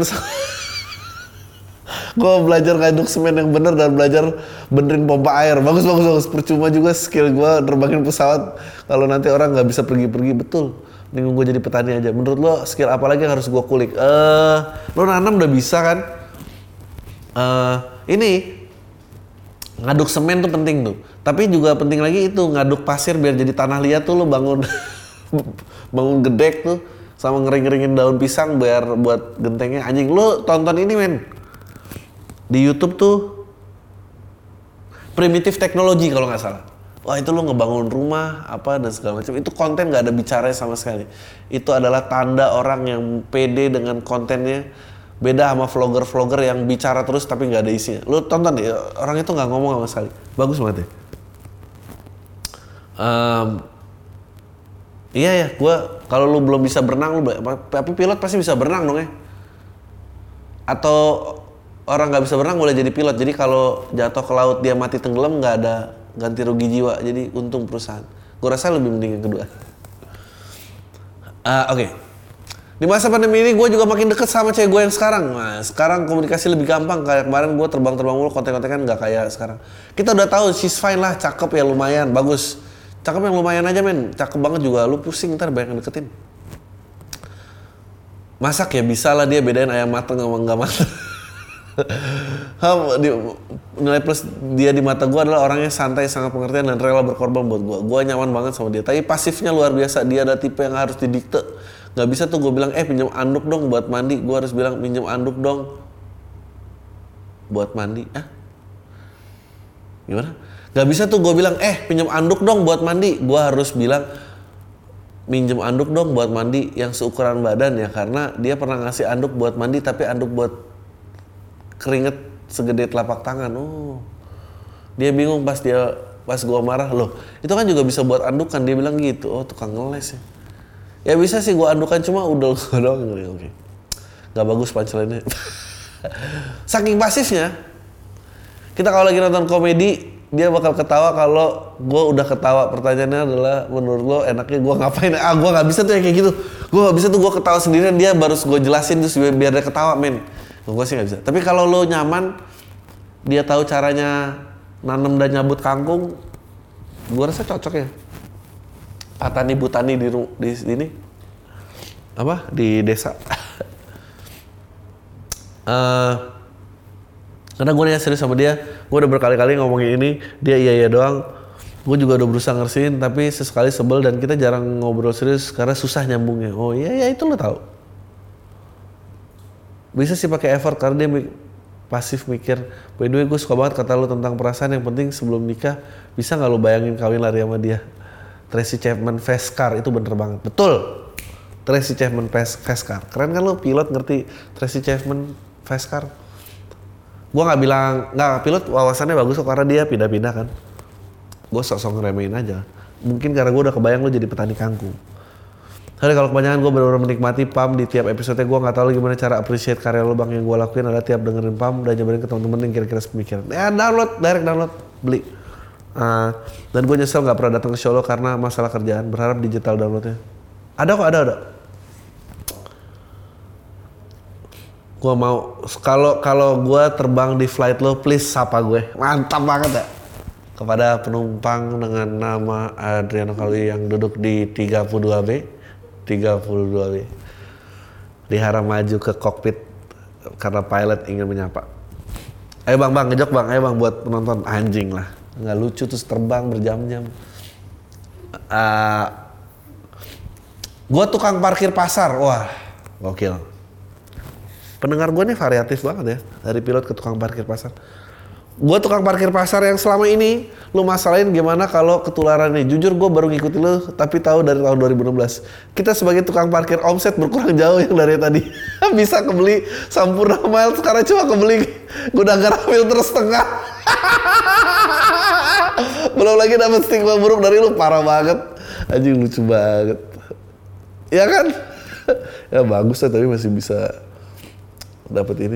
Gue belajar ngaduk semen yang bener dan belajar benerin pompa air. Bagus bagus bagus. Percuma juga skill gue terbangin pesawat kalau nanti orang nggak bisa pergi-pergi. Betul. Mending gue jadi petani aja. Menurut lo skill apa lagi yang harus gue kulik? Eh, uh, lo nanam udah bisa kan? Uh, ini ngaduk semen tuh penting tuh. Tapi juga penting lagi itu ngaduk pasir biar jadi tanah liat tuh lo bangun bangun gedek tuh sama ngering-ngeringin daun pisang biar buat gentengnya. Anjing lo tonton ini men. Di YouTube tuh primitive technology kalau nggak salah. Wah itu lo ngebangun rumah apa dan segala macam. Itu konten nggak ada bicaranya sama sekali. Itu adalah tanda orang yang pede dengan kontennya. Beda sama vlogger-vlogger yang bicara terus tapi nggak ada isinya. Lo tonton deh, orang itu nggak ngomong sama sekali. Bagus banget ya. Um, iya ya, gue kalau lo belum bisa berenang, lo, tapi pilot pasti bisa berenang dong ya. Atau orang nggak bisa berenang boleh jadi pilot. Jadi kalau jatuh ke laut dia mati tenggelam nggak ada ganti rugi jiwa. Jadi untung perusahaan. Gue rasa lebih mending yang kedua. Uh, Oke. Okay. Di masa pandemi ini gue juga makin deket sama cewek gue yang sekarang. Nah, sekarang komunikasi lebih gampang. Kayak kemarin gue terbang-terbang mulu, konten-konten nggak kayak sekarang. Kita udah tahu she's fine lah, cakep ya lumayan, bagus. Cakep yang lumayan aja men, cakep banget juga. Lu pusing ntar banyak yang deketin. Masak ya bisa lah dia bedain ayam mateng sama nggak mateng. Nilai plus dia di mata gue adalah orangnya santai, sangat pengertian dan rela berkorban buat gue. Gue nyaman banget sama dia. Tapi pasifnya luar biasa. Dia ada tipe yang harus didikte. Gak bisa tuh gue bilang, eh pinjam anduk dong buat mandi. Gue harus bilang pinjam anduk dong buat mandi. Ah? Gimana? Gak bisa tuh gue bilang, eh pinjam anduk dong buat mandi. Gue harus bilang, minjem anduk dong buat mandi yang seukuran badan ya, karena dia pernah ngasih anduk buat mandi tapi anduk buat keringet segede telapak tangan. Oh, dia bingung pas dia pas gua marah, loh itu kan juga bisa buat andukan, dia bilang gitu. Oh, tukang ngeles ya. Ya bisa sih gua andukan, cuma udel gua doang. Oke, nggak bagus punchline-nya. Saking pasifnya, kita kalau lagi nonton komedi dia bakal ketawa kalau gue udah ketawa. Pertanyaannya adalah menurut lo enaknya gue ngapain? Ah, gue nggak bisa tuh yang kayak gitu. Gue nggak bisa tuh gue ketawa sendirian, dia baru gue jelasin terus biar, biar dia ketawa, men. Gue sih nggak bisa. Tapi kalau lo nyaman, dia tahu caranya nanam dan nyabut kangkung, gue rasa cocok ya. Patani Butani di di sini apa di desa. uh, Karena gue nanya serius sama dia, gue udah berkali-kali ngomongin ini, dia iya-iya doang. Gue juga udah berusaha ngersiin, tapi sesekali sebel dan kita jarang ngobrol serius karena susah nyambungnya. Oh iya, ya itu lo tau. Bisa sih pakai effort karena dia mik- pasif mikir. By the way, gue suka banget kata lo tentang perasaan, yang penting sebelum nikah bisa nggak lo bayangin kawin lari sama dia. Tracy Chapman fast car, itu bener banget. Betul, Tracy Chapman fast, fast car. Keren kan lo pilot ngerti Tracy Chapman fast car? Gue nggak bilang nggak, pilot wawasannya bagus kok karena dia pindah-pindah kan. Gue sok-sok ngeremehin aja. Mungkin karena gue udah kebayang lo jadi petani kangkung. Tapi kalau kebanyakan gue benar-benar menikmati P A M di tiap episode. Gue nggak tahu gimana cara appreciate karya lo bang. Yang gue lakuin adalah tiap dengerin P A M dan nyebarin ke teman-teman yang kira-kira sepemikiran. Ya download, direct download, beli. Uh, dan gue nyesel nggak pernah datang ke show lo karena masalah kerjaan. Berharap digital downloadnya. Ada kok, ada ada. Gue mau, kalau kalau gue terbang di flight lo, please sapa gue. Mantap banget ya. Kepada penumpang dengan nama Adriano Kalwi yang duduk di tiga puluh dua B. tiga puluh dua B. Diharap maju ke kokpit karena pilot ingin menyapa. Ayo bang, bang, ngejok bang, ayo bang buat penonton. Anjing lah, nggak lucu terus terbang berjam-jam. Uh, gue tukang parkir pasar, wah gokil. Pendengar gue nih variatif banget ya, dari pilot ke tukang parkir pasar. Gue tukang parkir pasar yang selama ini lu masalahin gimana kalau ketularan nih. Jujur gue baru ngikutin lu, tapi tahu dari tahun dua ribu enam belas. Kita sebagai tukang parkir omset berkurang jauh yang dari tadi. Bisa kebeli Sampurna Miles, sekarang cuma kebeli Gudang Garam filter setengah. Belum lagi dapet stigma buruk dari lu, parah banget. Anjing lucu banget. Ya kan? Ya bagus lah, tapi masih bisa dapat ini.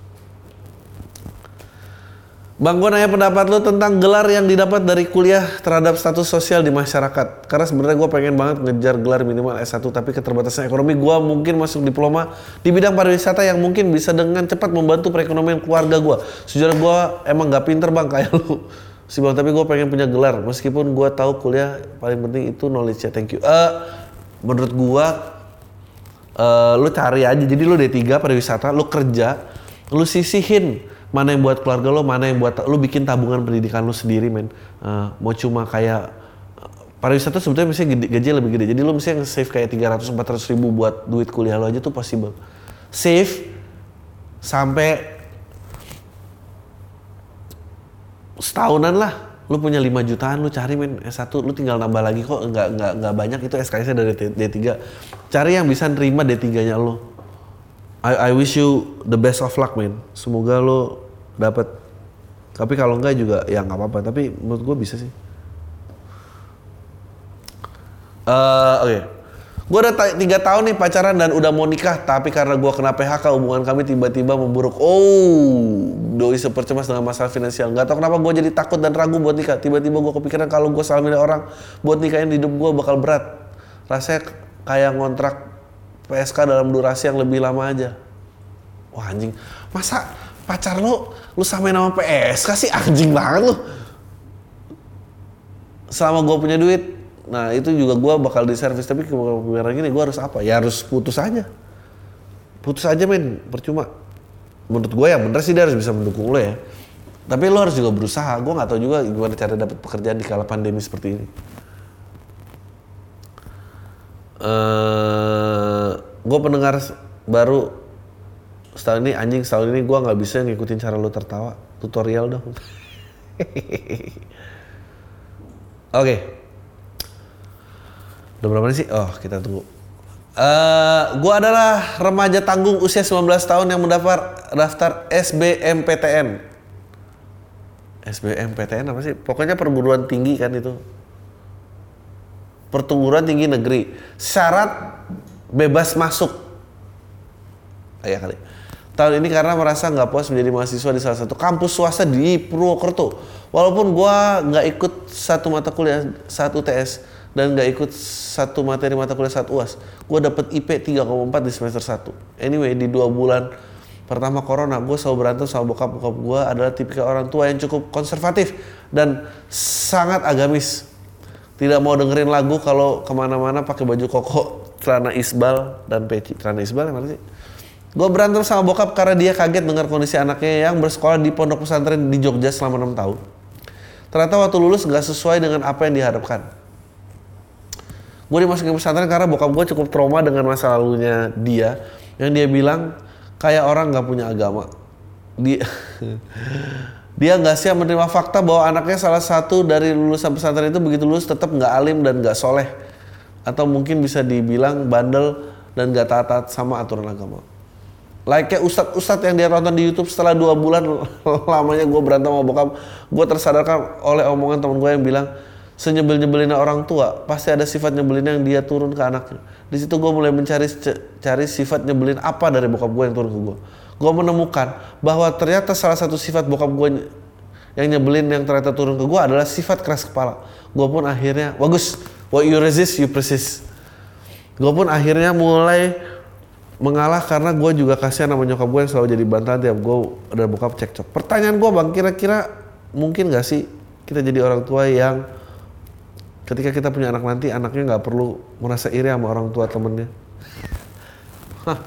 Bang, gue nanya pendapat lo tentang gelar yang didapat dari kuliah terhadap status sosial di masyarakat. Karena sebenarnya gue pengen banget ngejar gelar minimal S satu, tapi keterbatasan ekonomi gue mungkin masuk diploma di bidang pariwisata yang mungkin bisa dengan cepat membantu perekonomian keluarga gue. Sejujurnya gue emang gak pinter bang kayak lu sih bang, tapi gue pengen punya gelar. Meskipun gue tahu kuliah paling penting itu knowledge ya. Thank you. Uh, menurut gue Uh, lu cari aja, jadi lu D tiga pariwisata, lu kerja, lu sisihin mana yang buat keluarga lo, mana yang buat lu bikin tabungan pendidikan lu sendiri, men. Uh, mau cuma kayak uh, pariwisata sebetulnya misalnya gede, gaji lebih gede, jadi lu misalnya save kayak tiga ratus empat ratus ribu buat duit kuliah lo aja tuh possible. Save sampai setahunan lah. Lu punya lima jutaan, lu cari men S satu, lu tinggal nambah lagi kok, nggak nggak nggak banyak itu S K S-nya dari D tiga. Cari yang bisa nerima D tiga-nya lu. I, I wish you the best of luck men. Semoga lu dapat. Tapi kalau enggak juga ya nggak apa-apa. Tapi menurut gue bisa sih. Uh, Oke. Okay. Gue udah t- tiga tahun nih pacaran dan udah mau nikah, tapi karena gue kena P H K hubungan kami tiba-tiba memburuk. Oh, doi sepercemas dengan masalah finansial. Gak tau kenapa gue jadi takut dan ragu buat nikah. Tiba-tiba gue kepikiran kalau gue salah milih orang buat nikahin hidup gue bakal berat. Rasanya kayak ngontrak P S K dalam durasi yang lebih lama aja. Wah anjing, masa pacar lo lu samain nama P S K sih, anjing banget lo. Selama gue punya duit, nah itu juga gue bakal diservis, tapi kebenaran gini gue harus apa? Ya harus putus aja. Putus aja men, percuma. Menurut gue ya bener sih dia harus bisa mendukung lo ya. Tapi lo harus juga berusaha. Gue gak tahu juga gimana cara dapat pekerjaan di kala pandemi seperti ini. Uh, gue pendengar baru setahun ini, anjing setahun ini gue gak bisa ngikutin cara lo tertawa. Tutorial dong. Oke. Okay. Udah berapa nih sih? Oh, kita tunggu. Uh, gua adalah remaja tanggung usia sembilan belas tahun yang mendaftar daftar S B M P T N. S B M P T N apa sih? Pokoknya perguruan tinggi kan itu. Perguruan tinggi negeri. Syarat bebas masuk. Iya kali. Tahun ini karena merasa nggak puas menjadi mahasiswa di salah satu kampus swasta di Purwokerto. Walaupun gua nggak ikut satu mata kuliah saat U T S dan nggak ikut satu materi mata kuliah saat U A S, gua dapet I P tiga koma empat di semester satu. Anyway, di dua bulan pertama corona, gue selalu berantem sama bokap. Bokap gue adalah tipikal orang tua yang cukup konservatif dan sangat agamis. Tidak mau dengerin lagu kalau kemana-mana pakai baju koko, celana isbal dan peci. Celana isbal yang mana sih? Gue berantem sama bokap karena dia kaget dengar kondisi anaknya yang bersekolah di pondok pesantren di Jogja selama enam tahun. Ternyata waktu lulus gak sesuai dengan apa yang diharapkan. Gue dimasukin pesantren karena bokap gue cukup trauma dengan masa lalunya dia, yang dia bilang kayak orang gak punya agama. Dia dia gak siap menerima fakta bahwa anaknya salah satu dari lulusan pesantren itu begitu lulus tetap gak alim dan gak soleh. Atau mungkin bisa dibilang bandel dan gak taat-taat sama aturan agama. Like kayak ustadz-ustadz yang dia tonton di YouTube setelah dua bulan lamanya gue berantem sama bokap, gue tersadarkan oleh omongan temen gue yang bilang senyebel-nyebelinnya orang tua pasti ada sifat nyebelin yang dia turun ke anaknya. Di situ gue mulai mencari cari sifat nyebelin apa dari bokap gue yang turun ke gue. Gue menemukan bahwa ternyata salah satu sifat bokap gue yang nyebelin yang ternyata turun ke gue adalah sifat keras kepala. Gue pun akhirnya bagus, what you resist you persist. Gue pun akhirnya mulai mengalah karena gue juga kasihan sama nyokap gue yang selalu jadi bantahan tiap gue ada bokap cekcok. Pertanyaan gue bang, kira-kira mungkin gak sih kita jadi orang tua yang ketika kita punya anak nanti, anaknya nggak perlu merasa iri sama orang tua temennya? Hah.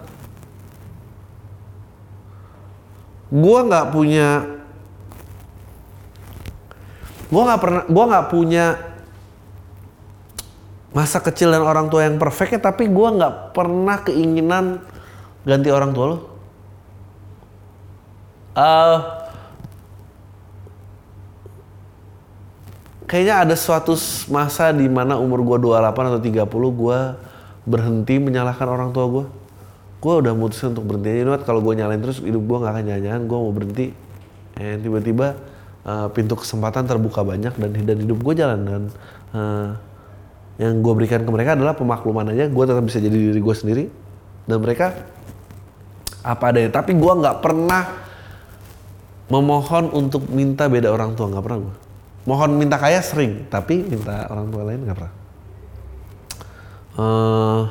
Gue nggak punya, gue nggak pernah, gue nggak punya masa kecil dan orang tua yang perfect ya, tapi gue nggak pernah keinginan ganti orang tua lo. Uh, Kayaknya ada suatu masa di mana umur gue dua puluh delapan atau tiga puluh gue berhenti menyalahkan orang tua gue. Gue udah mutusin untuk berhenti. Ini kalau gue nyalain terus hidup gue nggak akan jalan-jalan. Gue mau berhenti. Dan tiba-tiba uh, pintu kesempatan terbuka banyak dan dan hidup gue jalan. Dan uh, yang gue berikan ke mereka adalah pemakluman aja. Gue tetap bisa jadi diri gue sendiri. Dan mereka apa adanya. Tapi gue nggak pernah memohon untuk minta beda orang tua. Nggak pernah gue. Mohon minta kaya sering, tapi minta orang tua lain nggak pernah. Uh,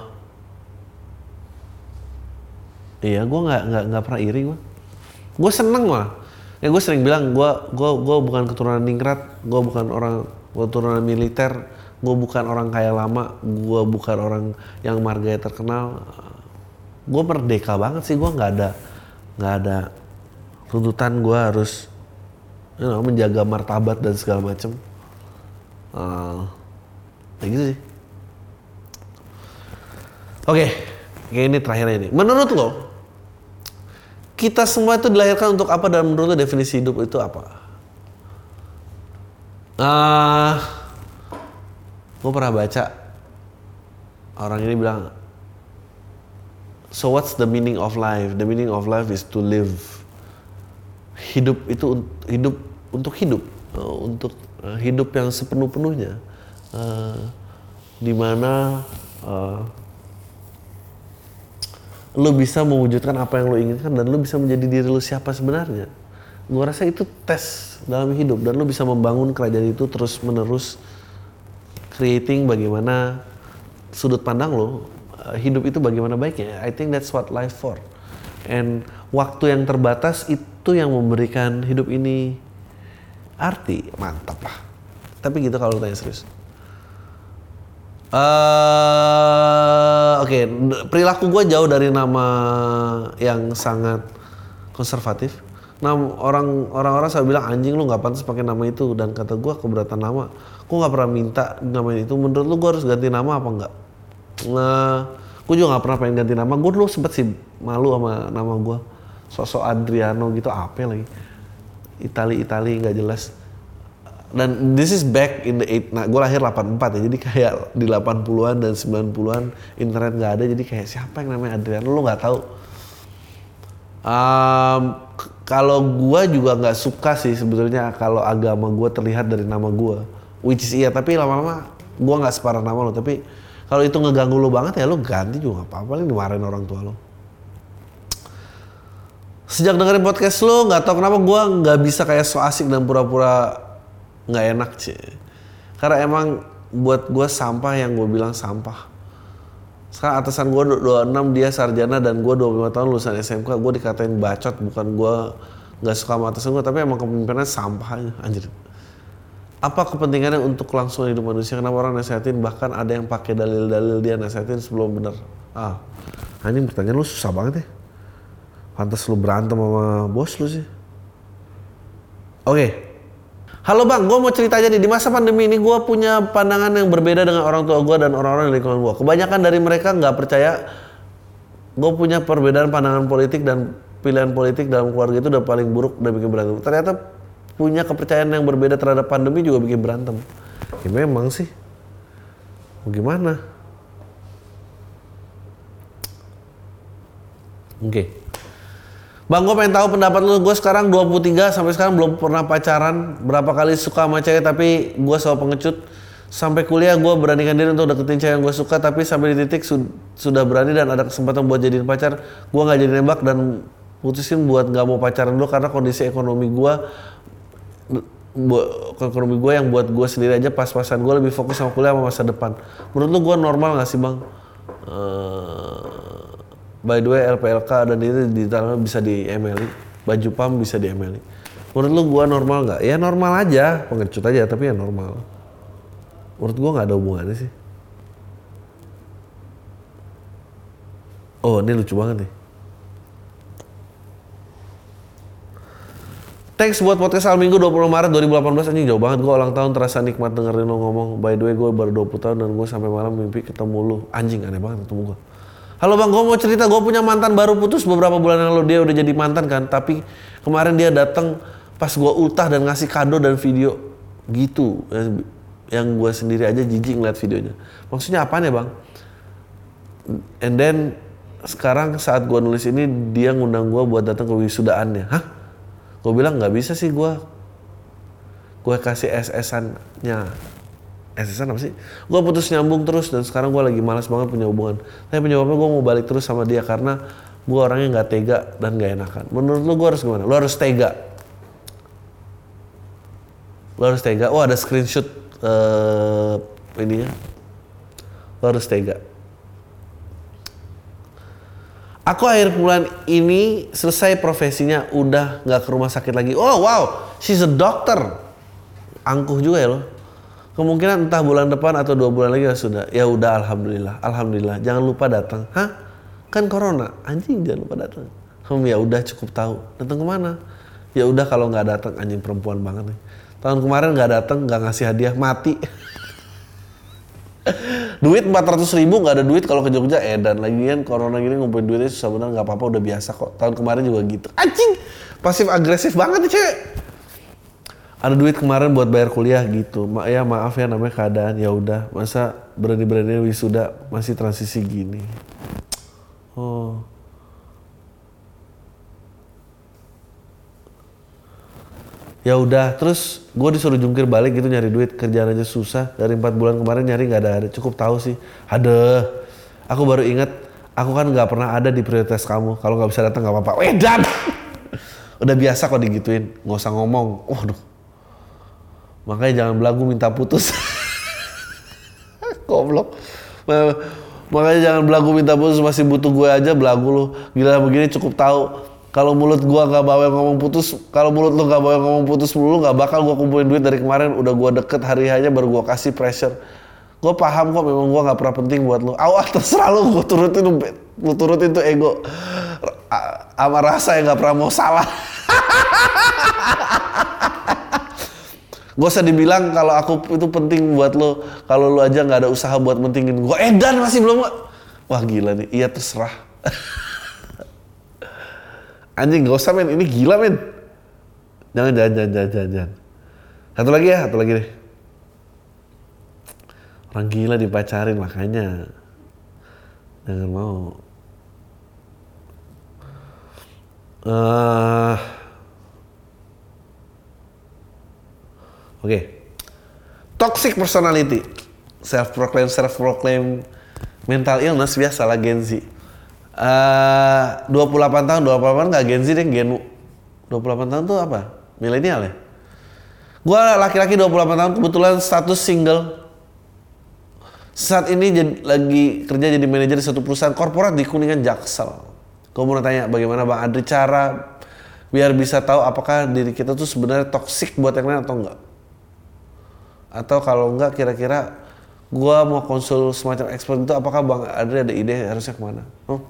iya, gue nggak nggak nggak pernah iri gue. Gue seneng malah. Ya gue sering bilang gue gue gue bukan keturunan ningrat, gue bukan orang keturunan militer, gue bukan orang kaya lama, gue bukan orang yang marganya terkenal. Gue merdeka banget sih, gue nggak ada nggak ada tuntutan gue harus you know, menjaga martabat dan segala macam. Uh, kayak gitu sih. Oke, okay. Kayak ini terakhirnya ini. Menurut lo, kita semua itu dilahirkan untuk apa dan menurut lo definisi hidup itu apa? Uh, gue pernah baca orang ini bilang, so what's the meaning of life? The meaning of life is to live. Hidup itu hidup untuk hidup, uh, untuk uh, hidup yang sepenuh-penuhnya, uh, di mana uh, lo bisa mewujudkan apa yang lo inginkan dan lo bisa menjadi diri lo siapa sebenarnya. Gue rasa itu tes dalam hidup dan lo bisa membangun kerajaan itu terus menerus, creating bagaimana sudut pandang lo, uh, hidup itu bagaimana baiknya. I think that's what life for. And waktu yang terbatas itu yang memberikan hidup ini arti. Mantap lah. Tapi gitu kalau tanya serius. Uh, Oke, okay. Perilaku gue jauh dari nama yang sangat konservatif. Nah, orang orang-orang selalu bilang anjing lu nggak pantas pakai nama itu, dan kata gue keberatan nama. Gue nggak pernah minta nama itu. Menurut lu gue harus ganti nama apa enggak? Nah, gue juga nggak pernah pengen ganti nama. Gue dulu sempet sih malu sama nama gue. Sosok Adriano gitu, apa lagi? Itali Itali nggak jelas. Dan this is back in the eight, nah gue lahir delapan puluh empat ya, jadi kayak di delapan puluhan dan sembilan puluhan internet gak ada, jadi kayak siapa yang namanya Adrian, lu gak tahu. Um, k- kalau gue juga gak suka sih sebetulnya kalau agama gue terlihat dari nama gue, which is iya, tapi lama-lama gue gak separah nama lo, tapi kalau itu ngeganggu lo banget ya lo ganti juga gak apa-apa, ini dimarahin orang tua lo. Sejak dengerin podcast lo, gak tau kenapa gue gak bisa kayak so asik dan pura-pura nggak enak sih, karena emang buat gue sampah yang gue bilang sampah. Sekarang atasan gue dua puluh enam, dia sarjana dan gue dua puluh lima tahun lulusan S M K, gue dikatain bacot, bukan gue nggak suka sama atasan gue, tapi emang kepemimpinannya sampah aja, anjir. Apa kepentingannya untuk langsung hidup manusia? Kenapa orang nasehatin, bahkan ada yang pakai dalil-dalil dia nasehatin sebelum bener. Ah, anjing pertanyaan lu susah banget ya. Pantas lu berantem sama bos lu sih. Oke. Okay. Halo bang, gue mau cerita aja nih, di masa pandemi ini gue punya pandangan yang berbeda dengan orang tua gue dan orang-orang di lingkungan gue. Kebanyakan dari mereka nggak percaya gue punya perbedaan pandangan politik dan pilihan politik dalam keluarga itu udah paling buruk, udah bikin berantem. Ternyata punya kepercayaan yang berbeda terhadap pandemi juga bikin berantem. Ya memang sih, mau gimana? Oke. Okay. Bang, gue pengen tahu pendapat lu. Gue sekarang dua puluh tiga, sampai sekarang belum pernah pacaran. Berapa kali suka sama cewek tapi gue selalu pengecut. Sampai kuliah gue beranikan diri untuk deketin cewek yang gue suka, tapi sampai di titik su- sudah berani dan ada kesempatan buat jadiin pacar, gue nggak jadi nembak dan putusin buat nggak mau pacaran dulu karena kondisi ekonomi gue, bu- ekonomi gue yang buat gue sendiri aja pas-pasan. Gue lebih fokus sama kuliah sama masa depan. Menurut lu gue normal nggak sih bang? Uh, By the way, L P L K dan itu di tanah bisa di M L I, baju pam bisa di M L I. Menurut lu gua normal nggak? Ya normal aja, pengecut aja, tapi ya normal. Menurut gua nggak ada hubungannya sih. Oh, ini lucu banget nih. Thanks buat podcast Al Minggu dua puluh Maret dua ribu delapan belas, anjing jauh banget. Gua ulang tahun terasa nikmat dengerin lo ngomong. By the way, gua baru dua puluh tahun dan gua sampai malam mimpi ketemu lu. Anjing aneh banget ketemu gua. Halo bang, gue mau cerita, gue punya mantan baru putus beberapa bulan yang lalu. Dia udah jadi mantan kan, tapi kemarin dia datang pas gue ultah dan ngasih kado dan video gitu, yang gue sendiri aja jijik ngeliat videonya. Maksudnya apaan ya bang? And then sekarang saat gue nulis ini dia ngundang gue buat datang ke wisudaannya. Hah? Gue bilang nggak bisa sih gue, gue kasih S S-annya. S S N apa sih? Gue putus nyambung terus dan sekarang gue lagi malas banget punya hubungan. Tapi penyebabnya gue mau balik terus sama dia karena gue orangnya nggak tega dan nggak enakan. Menurut lo gue harus gimana? Lo harus tega. Lo harus tega. Oh ada screenshot uh, ininya. Lo harus tega. Aku akhir bulan ini selesai profesinya, udah nggak ke rumah sakit lagi. Oh wow, she's a doctor. Angkuh juga ya lo. Kemungkinan entah bulan depan atau dua bulan lagi ya sudah. Ya udah, alhamdulillah, alhamdulillah. Jangan lupa datang. Hah? Kan corona, anjing jangan lupa datang. Hmm, ya udah cukup tahu. Datang kemana? Ya udah kalau nggak datang, anjing perempuan banget nih. Tahun kemarin nggak datang, nggak ngasih hadiah, mati. Duit empat ratus ribu nggak ada duit kalau ke Jogja, edan lagi kan corona gini ngumpulin duitnya susah bener, nggak apa-apa udah biasa kok. Tahun kemarin juga gitu. Anjing, pasif agresif banget nih cewek. Ada duit kemarin buat bayar kuliah gitu. Ma ya maaf ya namanya keadaan. Ya udah, masa berani-beraninya wisuda masih transisi gini. Oh. Ya udah, terus gue disuruh jungkir balik gitu nyari duit, kerjaan aja susah. Dari empat bulan kemarin nyari nggak ada, ada. Cukup tahu sih. Ada. Aku baru ingat, aku kan nggak pernah ada di prioritas kamu. Kalau nggak bisa datang nggak apa-apa. Wedan. Udah biasa kok digituin, nggak usah ngomong. Waduh. Makanya jangan belagu minta putus. Goblok. Makanya jangan belagu minta putus, masih butuh gue aja belagu lu. Gila begini cukup tahu. Kalau mulut gue gak bawel ngomong putus, kalau mulut lu gak bawel ngomong putus mulu, gak bakal gue kumpulin duit dari kemarin. Udah gue deket hari hanya baru gue kasih pressure. Gue paham kok memang gue gak pernah penting buat lu. Awah terserah lu, gue turutin lu turutin tuh ego. Sama rasa yang gak pernah mau salah. Gak usah dibilang kalau aku itu penting buat lo, kalau lo aja nggak ada usaha buat mentingin gue. Edan masih belum. Wah gila nih, iya terserah. Anjing gak usah men, ini gila men. Jangan jangan jangan jangan jangan. Satu lagi ya, satu lagi deh. Orang gila dipacarin makanya jangan mau. Uh, Oke, okay. Toxic personality, self proclaim self proclaim mental illness biasalah Gen Z. Uh, dua puluh delapan tahun, dua puluh delapan nggak Gen Z deh, Gen dua puluh delapan tahun tuh apa? Milenial ya? Gua laki-laki dua puluh delapan tahun kebetulan status single. Saat ini jadi, lagi kerja jadi manajer di satu perusahaan korporat di Kuningan Jaksel. Gua mau tanya bagaimana Bang Adri cara biar bisa tahu apakah diri kita tuh sebenarnya toksik buat yang lain atau enggak? Atau kalau enggak kira-kira gua mau konsul semacam expert itu apakah Bang Adri ada ide harusnya kemana? Oh.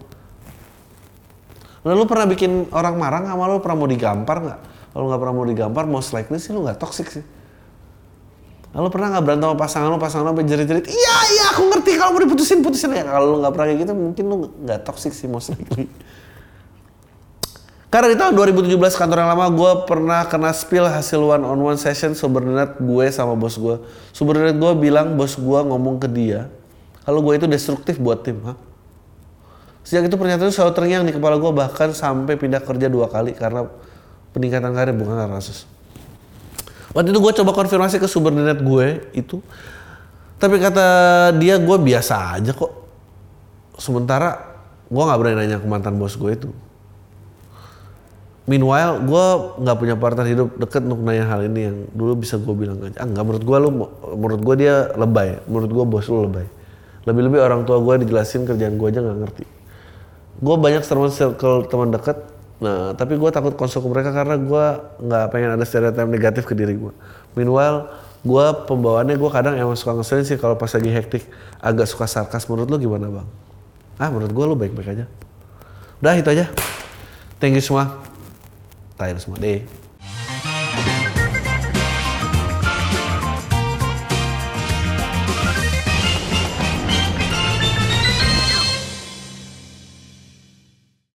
Lalu pernah bikin orang marah nggak? Malu pernah mau digampar nggak? Kalau nggak pernah mau digampar, most likely sih lu nggak toksik sih. Lalu pernah nggak berantem sama pasangan lu, pasangan lu sampai jerit-jerit, iya iya aku ngerti kalau mau diputusin putusin ya. Kalau lu nggak pernah kayak gitu, mungkin lu nggak toksik sih most likely. Karena di tahun dua ribu tujuh belas kantor yang lama gue pernah kena spill hasil one on one session subordinate gue sama bos gue. Subordinate gue bilang bos gue ngomong ke dia kalau gue itu destruktif buat tim. Hah? Sejak itu pernyataan itu selalu terngiang di kepala gue, bahkan sampai pindah kerja dua kali karena peningkatan karir bukan karena kasus. Waktu itu gue coba konfirmasi ke subordinate gue itu, tapi kata dia gue biasa aja kok. Sementara gue nggak berani nanya ke mantan bos gue itu. Meanwhile, gue nggak punya partner hidup deket untuk nanya hal ini yang dulu bisa gue bilang aja. Ah, nggak, menurut gue lu, menurut gue dia lebay. Menurut gue bos lu lebay. Lebih-lebih orang tua gue dijelasin kerjaan gue aja nggak ngerti. Gue banyak teman circle teman deket. Nah, tapi gue takut konsul ke mereka karena gue nggak pengen ada stereotip negatif ke diri gue. Meanwhile, gue pembawaannya gue kadang emang suka ngeselin sih kalau pas lagi hektik, agak suka sarkas. Menurut lu gimana bang? Ah, menurut gue lu baik-baik aja. Udah itu aja. Thank you semua. Tayar semua deh.